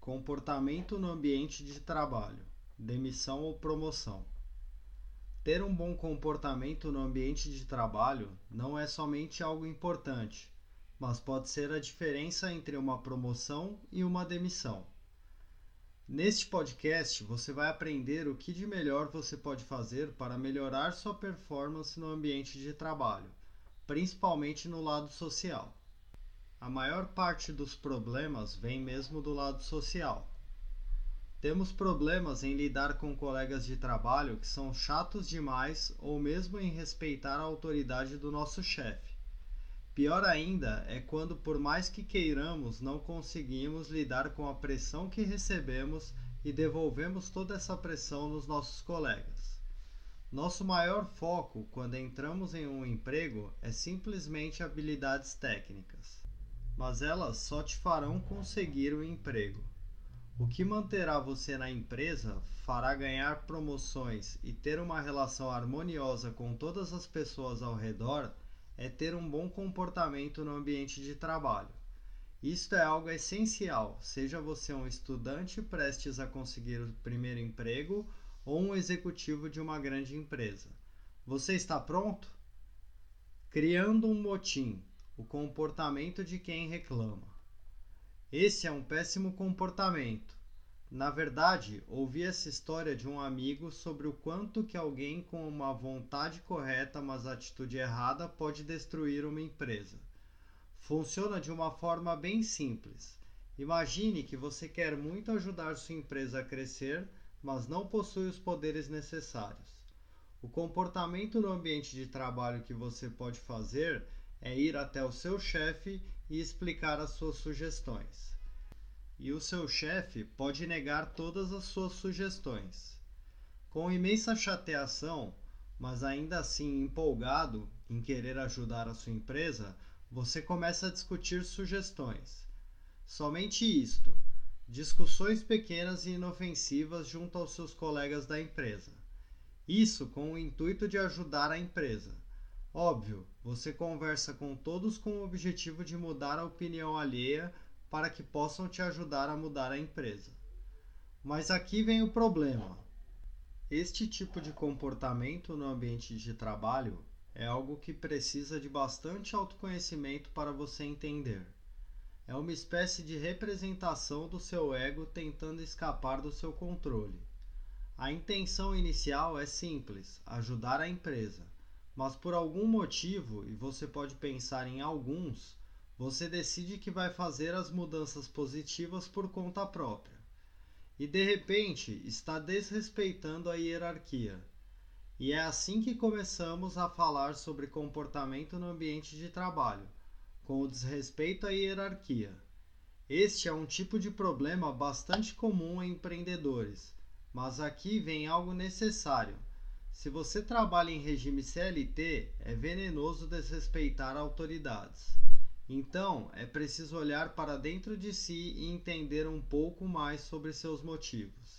Comportamento no ambiente de trabalho, demissão ou promoção. Ter um bom comportamento no ambiente de trabalho não é somente algo importante, mas pode ser a diferença entre uma promoção e uma demissão. Neste podcast, você vai aprender o que de melhor você pode fazer para melhorar sua performance no ambiente de trabalho, principalmente no lado social. A maior parte dos problemas vem mesmo do lado social. Temos problemas em lidar com colegas de trabalho que são chatos demais ou mesmo em respeitar a autoridade do nosso chefe. Pior ainda é quando, por mais que queiramos, não conseguimos lidar com a pressão que recebemos e devolvemos toda essa pressão nos nossos colegas. Nosso maior foco quando entramos em um emprego é simplesmente habilidades técnicas, mas elas só te farão conseguir o emprego. O que manterá você na empresa, fará ganhar promoções e ter uma relação harmoniosa com todas as pessoas ao redor é ter um bom comportamento no ambiente de trabalho. Isto é algo essencial, seja você um estudante prestes a conseguir o primeiro emprego ou um executivo de uma grande empresa. Você está pronto? Criando um motim, o comportamento de quem reclama. Esse é um péssimo comportamento. Na verdade, ouvi essa história de um amigo sobre o quanto que alguém com uma vontade correta, mas atitude errada, pode destruir uma empresa. Funciona de uma forma bem simples. Imagine que você quer muito ajudar sua empresa a crescer, mas não possui os poderes necessários. O comportamento no ambiente de trabalho que você pode fazer é ir até o seu chefe e explicar as suas sugestões. E o seu chefe pode negar todas as suas sugestões. Com imensa chateação, mas ainda assim empolgado em querer ajudar a sua empresa, você começa a discutir sugestões. Somente isto, discussões pequenas e inofensivas junto aos seus colegas da empresa. Isso com o intuito de ajudar a empresa. Óbvio, você conversa com todos com o objetivo de mudar a opinião alheia para que possam te ajudar a mudar a empresa. Mas aqui vem o problema. Este tipo de comportamento no ambiente de trabalho é algo que precisa de bastante autoconhecimento para você entender. É uma espécie de representação do seu ego tentando escapar do seu controle. A intenção inicial é simples, ajudar a empresa. Mas por algum motivo, e você pode pensar em alguns, você decide que vai fazer as mudanças positivas por conta própria. E de repente está desrespeitando a hierarquia. E é assim que começamos a falar sobre comportamento no ambiente de trabalho, com o desrespeito à hierarquia. Este é um tipo de problema bastante comum em empreendedores, mas aqui vem algo necessário. Se você trabalha em regime CLT, é venenoso desrespeitar autoridades. Então, é preciso olhar para dentro de si e entender um pouco mais sobre seus motivos.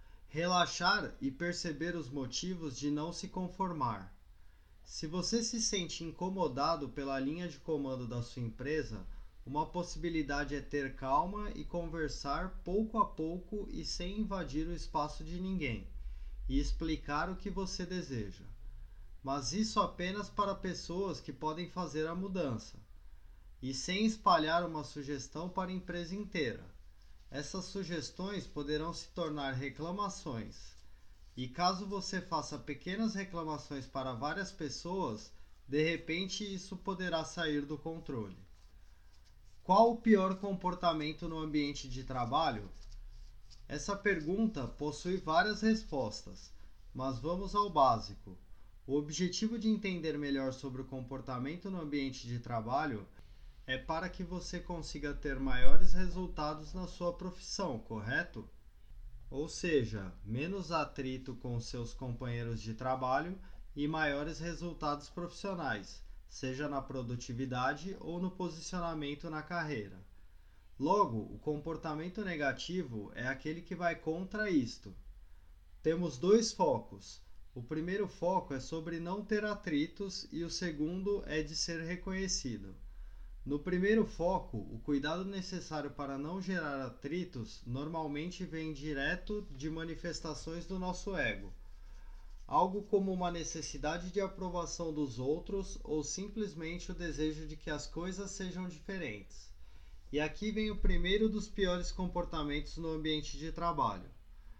Relaxar e perceber os motivos de não se conformar. Se você se sente incomodado pela linha de comando da sua empresa, uma possibilidade é ter calma e conversar pouco a pouco e sem invadir o espaço de ninguém, e explicar o que você deseja. Mas isso apenas para pessoas que podem fazer a mudança, e sem espalhar uma sugestão para a empresa inteira. Essas sugestões poderão se tornar reclamações, e caso você faça pequenas reclamações para várias pessoas, de repente isso poderá sair do controle. Qual o pior comportamento no ambiente de trabalho? Essa pergunta possui várias respostas, mas vamos ao básico. O objetivo de entender melhor sobre o comportamento no ambiente de trabalho é para que você consiga ter maiores resultados na sua profissão, correto? Ou seja, menos atrito com seus companheiros de trabalho e maiores resultados profissionais, seja na produtividade ou no posicionamento na carreira. Logo, o comportamento negativo é aquele que vai contra isto. Temos dois focos. O primeiro foco é sobre não ter atritos e o segundo é de ser reconhecido. No primeiro foco, o cuidado necessário para não gerar atritos normalmente vem direto de manifestações do nosso ego, algo como uma necessidade de aprovação dos outros ou simplesmente o desejo de que as coisas sejam diferentes. E aqui vem o primeiro dos piores comportamentos no ambiente de trabalho: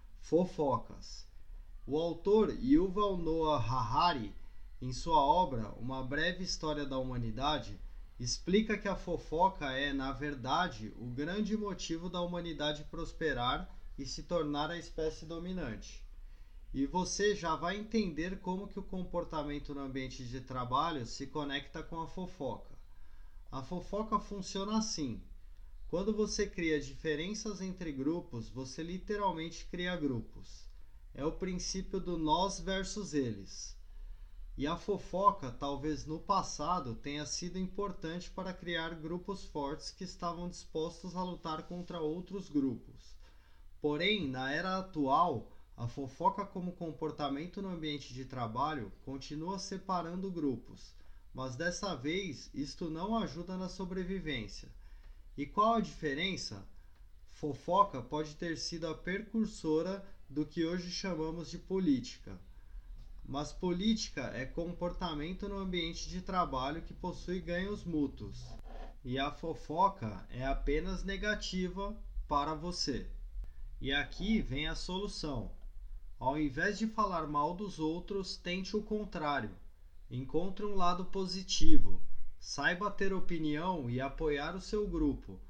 fofocas. O autor Yuval Noah Harari, em sua obra Uma Breve História da Humanidade, explica que a fofoca é, na verdade, o grande motivo da humanidade prosperar e se tornar a espécie dominante. E você já vai entender como que o comportamento no ambiente de trabalho se conecta com a fofoca. A fofoca funciona assim: quando você cria diferenças entre grupos, você literalmente cria grupos. É o princípio do nós versus eles. E a fofoca, talvez no passado, tenha sido importante para criar grupos fortes que estavam dispostos a lutar contra outros grupos. Porém, na era atual, a fofoca como comportamento no ambiente de trabalho continua separando grupos, mas dessa vez isto não ajuda na sobrevivência. E qual a diferença? Fofoca pode ter sido a precursora do que hoje chamamos de política. Mas política é comportamento no ambiente de trabalho que possui ganhos mútuos. E a fofoca é apenas negativa para você. E aqui vem a solução. Ao invés de falar mal dos outros, tente o contrário. Encontre um lado positivo. Saiba ter opinião e apoiar o seu grupo.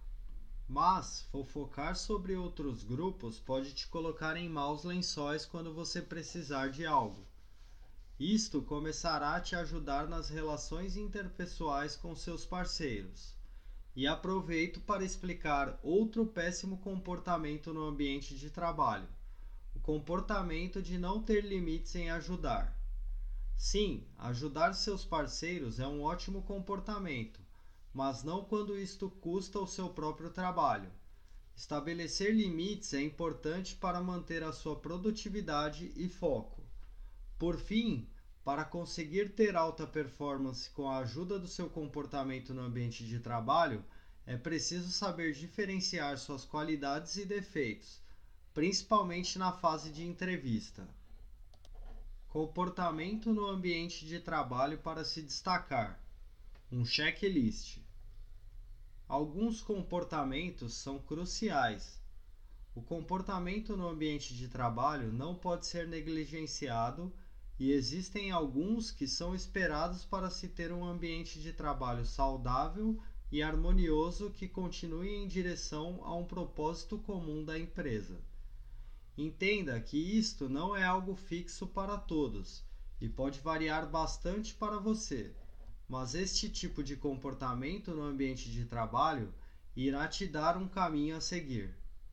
Mas fofocar sobre outros grupos pode te colocar em maus lençóis quando você precisar de algo. Isto começará a te ajudar nas relações interpessoais com seus parceiros. E aproveito para explicar outro péssimo comportamento no ambiente de trabalho: o comportamento de não ter limites em ajudar. Sim, ajudar seus parceiros é um ótimo comportamento, mas não quando isto custa o seu próprio trabalho. Estabelecer limites é importante para manter a sua produtividade e foco. Por fim, para conseguir ter alta performance com a ajuda do seu comportamento no ambiente de trabalho, é preciso saber diferenciar suas qualidades e defeitos, principalmente na fase de entrevista. Comportamento no ambiente de trabalho para se destacar. Um checklist. Alguns comportamentos são cruciais. O comportamento no ambiente de trabalho não pode ser negligenciado e existem alguns que são esperados para se ter um ambiente de trabalho saudável e harmonioso que continue em direção a um propósito comum da empresa. Entenda que isto não é algo fixo para todos e pode variar bastante para você, mas este tipo de comportamento no ambiente de trabalho irá te dar um caminho a seguir.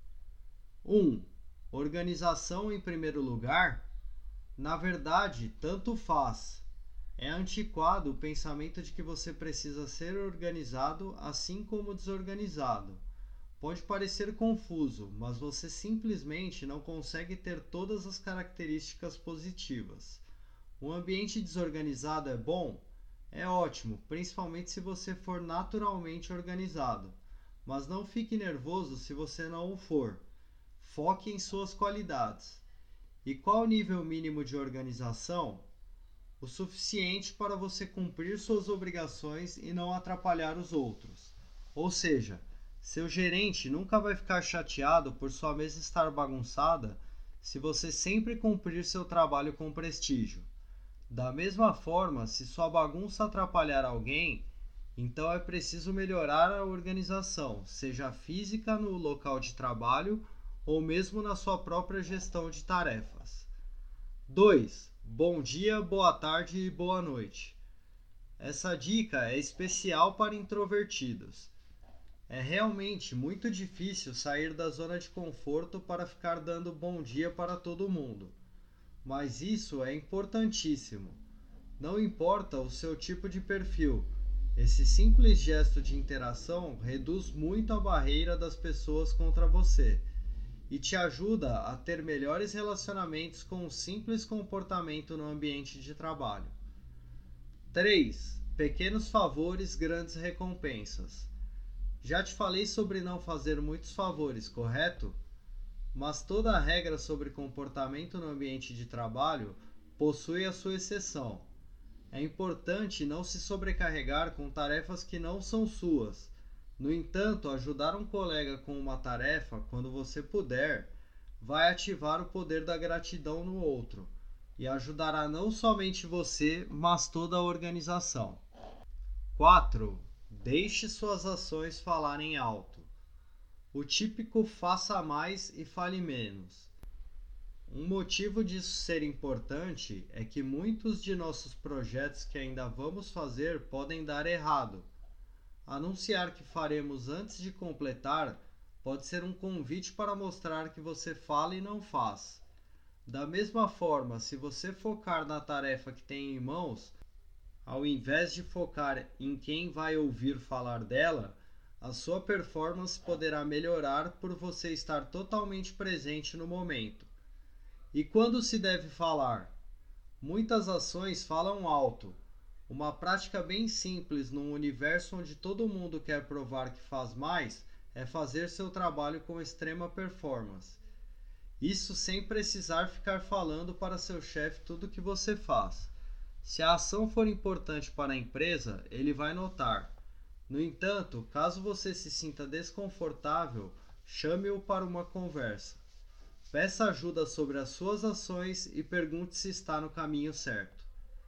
1. Organização em primeiro lugar? Na verdade, tanto faz. É antiquado o pensamento de que você precisa ser organizado assim como desorganizado. Pode parecer confuso, mas você simplesmente não consegue ter todas as características positivas. Um ambiente desorganizado é bom? É ótimo, principalmente se você for naturalmente organizado. Mas não fique nervoso se você não o for. Foque em suas qualidades. E qual o nível mínimo de organização? O suficiente para você cumprir suas obrigações e não atrapalhar os outros. Ou seja, seu gerente nunca vai ficar chateado por sua mesa estar bagunçada se você sempre cumprir seu trabalho com prestígio. Da mesma forma, se sua bagunça atrapalhar alguém, então é preciso melhorar a organização, seja física no local de trabalho ou mesmo na sua própria gestão de tarefas. 2. Bom dia, boa tarde e boa noite. Essa dica é especial para introvertidos. É realmente muito difícil sair da zona de conforto para ficar dando bom dia para todo mundo. Mas isso é importantíssimo. Não importa o seu tipo de perfil, esse simples gesto de interação reduz muito a barreira das pessoas contra você e te ajuda a ter melhores relacionamentos com um simples comportamento no ambiente de trabalho. 3. Pequenos favores, grandes recompensas. Já te falei sobre não fazer muitos favores, correto? Mas toda regra sobre comportamento no ambiente de trabalho possui a sua exceção. É importante não se sobrecarregar com tarefas que não são suas. No entanto, ajudar um colega com uma tarefa, quando você puder, vai ativar o poder da gratidão no outro e ajudará não somente você, mas toda a organização. 4. Deixe suas ações falarem alto. O típico faça mais e fale menos. Um motivo disso ser importante é que muitos de nossos projetos que ainda vamos fazer podem dar errado. Anunciar que faremos antes de completar pode ser um convite para mostrar que você fala e não faz. Da mesma forma, se você focar na tarefa que tem em mãos, ao invés de focar em quem vai ouvir falar dela, a sua performance poderá melhorar por você estar totalmente presente no momento. E quando se deve falar? Muitas ações falam alto. Uma prática bem simples num universo onde todo mundo quer provar que faz mais é fazer seu trabalho com extrema performance. Isso sem precisar ficar falando para seu chefe tudo o que você faz. Se a ação for importante para a empresa, ele vai notar. No entanto, caso você se sinta desconfortável, chame-o para uma conversa. Peça ajuda sobre as suas ações e pergunte se está no caminho certo.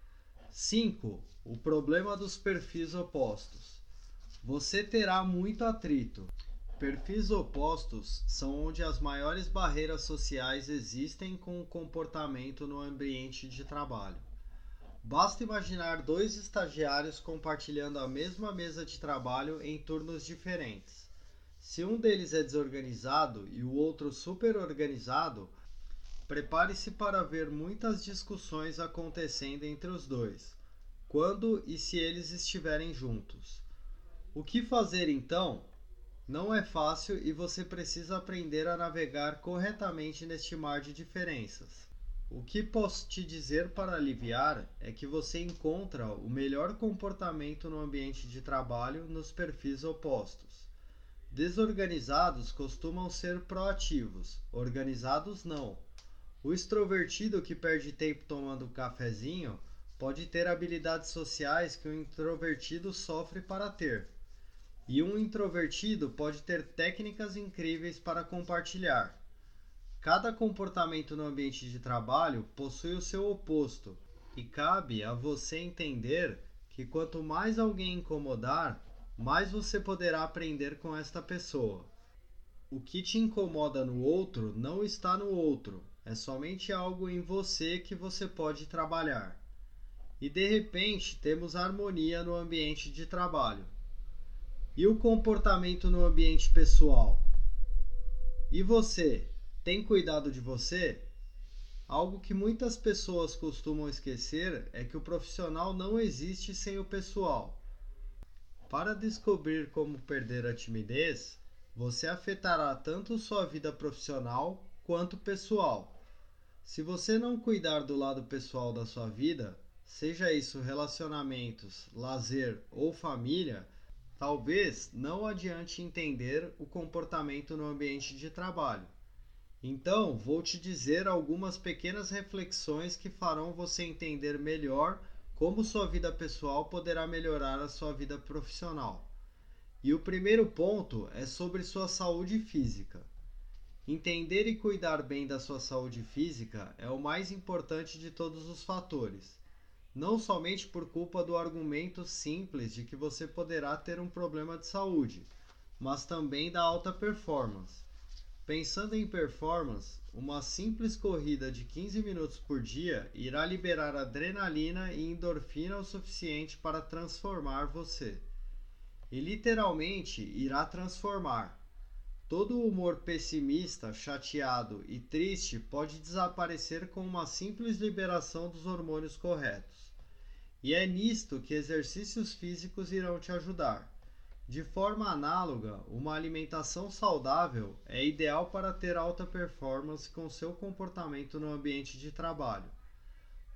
5. O problema dos perfis opostos. Você terá muito atrito. Perfis opostos são onde as maiores barreiras sociais existem com o comportamento no ambiente de trabalho. Basta imaginar dois estagiários compartilhando a mesma mesa de trabalho em turnos diferentes. Se um deles é desorganizado e o outro super organizado, prepare-se para ver muitas discussões acontecendo entre os dois, quando e se eles estiverem juntos. O que fazer então? Não é fácil e você precisa aprender a navegar corretamente neste mar de diferenças. O que posso te dizer para aliviar é que você encontra o melhor comportamento no ambiente de trabalho nos perfis opostos. Desorganizados costumam ser proativos, organizados não. O extrovertido que perde tempo tomando um cafezinho pode ter habilidades sociais que o introvertido sofre para ter. E um introvertido pode ter técnicas incríveis para compartilhar. Cada comportamento no ambiente de trabalho possui o seu oposto, e cabe a você entender que quanto mais alguém incomodar, mais você poderá aprender com esta pessoa. O que te incomoda no outro não está no outro, é somente algo em você que você pode trabalhar. E de repente temos harmonia no ambiente de trabalho. E o comportamento no ambiente pessoal? E você? Tem cuidado de você? Algo que muitas pessoas costumam esquecer é que o profissional não existe sem o pessoal. Para descobrir como perder a timidez, você afetará tanto sua vida profissional quanto pessoal. Se você não cuidar do lado pessoal da sua vida, seja isso relacionamentos, lazer ou família, talvez não adiante entender o comportamento no ambiente de trabalho. Então, vou te dizer algumas pequenas reflexões que farão você entender melhor como sua vida pessoal poderá melhorar a sua vida profissional. E o primeiro ponto é sobre sua saúde física. Entender e cuidar bem da sua saúde física é o mais importante de todos os fatores. Não somente por culpa do argumento simples de que você poderá ter um problema de saúde, mas também da alta performance. Pensando em performance, uma simples corrida de 15 minutos por dia irá liberar adrenalina e endorfina o suficiente para transformar você. E literalmente irá transformar. Todo o humor pessimista, chateado e triste pode desaparecer com uma simples liberação dos hormônios corretos. E é nisto que exercícios físicos irão te ajudar. De forma análoga, uma alimentação saudável é ideal para ter alta performance com seu comportamento no ambiente de trabalho.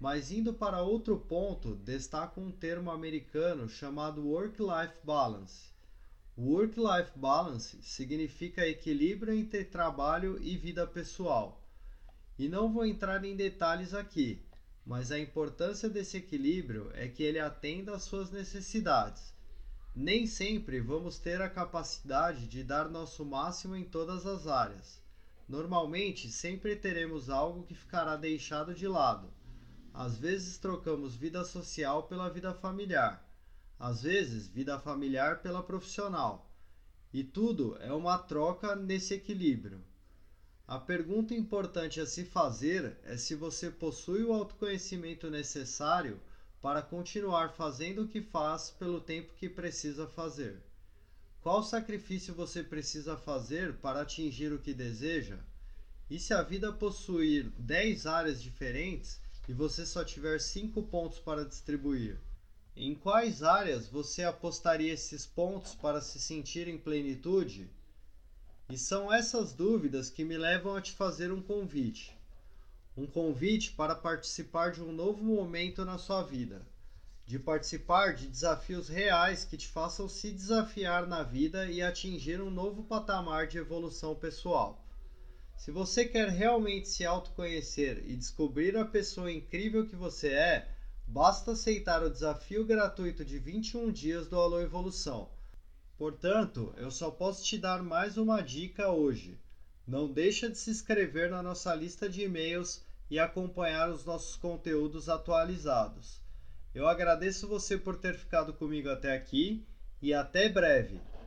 Mas indo para outro ponto, destaco um termo americano chamado Work-Life Balance. O Work-Life Balance significa equilíbrio entre trabalho e vida pessoal. E não vou entrar em detalhes aqui, mas a importância desse equilíbrio é que ele atenda às suas necessidades. Nem sempre vamos ter a capacidade de dar nosso máximo em todas as áreas. Normalmente, sempre teremos algo que ficará deixado de lado. Às vezes trocamos vida social pela vida familiar, às vezes vida familiar pela profissional. E tudo é uma troca nesse equilíbrio. A pergunta importante a se fazer é se você possui o autoconhecimento necessário para continuar fazendo o que faz pelo tempo que precisa fazer. Qual sacrifício você precisa fazer para atingir o que deseja? E se a vida possuir 10 áreas diferentes e você só tiver 5 pontos para distribuir? Em quais áreas você apostaria esses pontos para se sentir em plenitude? E são essas dúvidas que me levam a te fazer um convite. Um convite para participar de um novo momento na sua vida. De participar de desafios reais que te façam se desafiar na vida e atingir um novo patamar de evolução pessoal. Se você quer realmente se autoconhecer e descobrir a pessoa incrível que você é, basta aceitar o desafio gratuito de 21 dias do Alô Evolução. Portanto, eu só posso te dar mais uma dica hoje. Não deixa de se inscrever na nossa lista de e-mails e acompanhar os nossos conteúdos atualizados. Eu agradeço você por ter ficado comigo até aqui e até breve!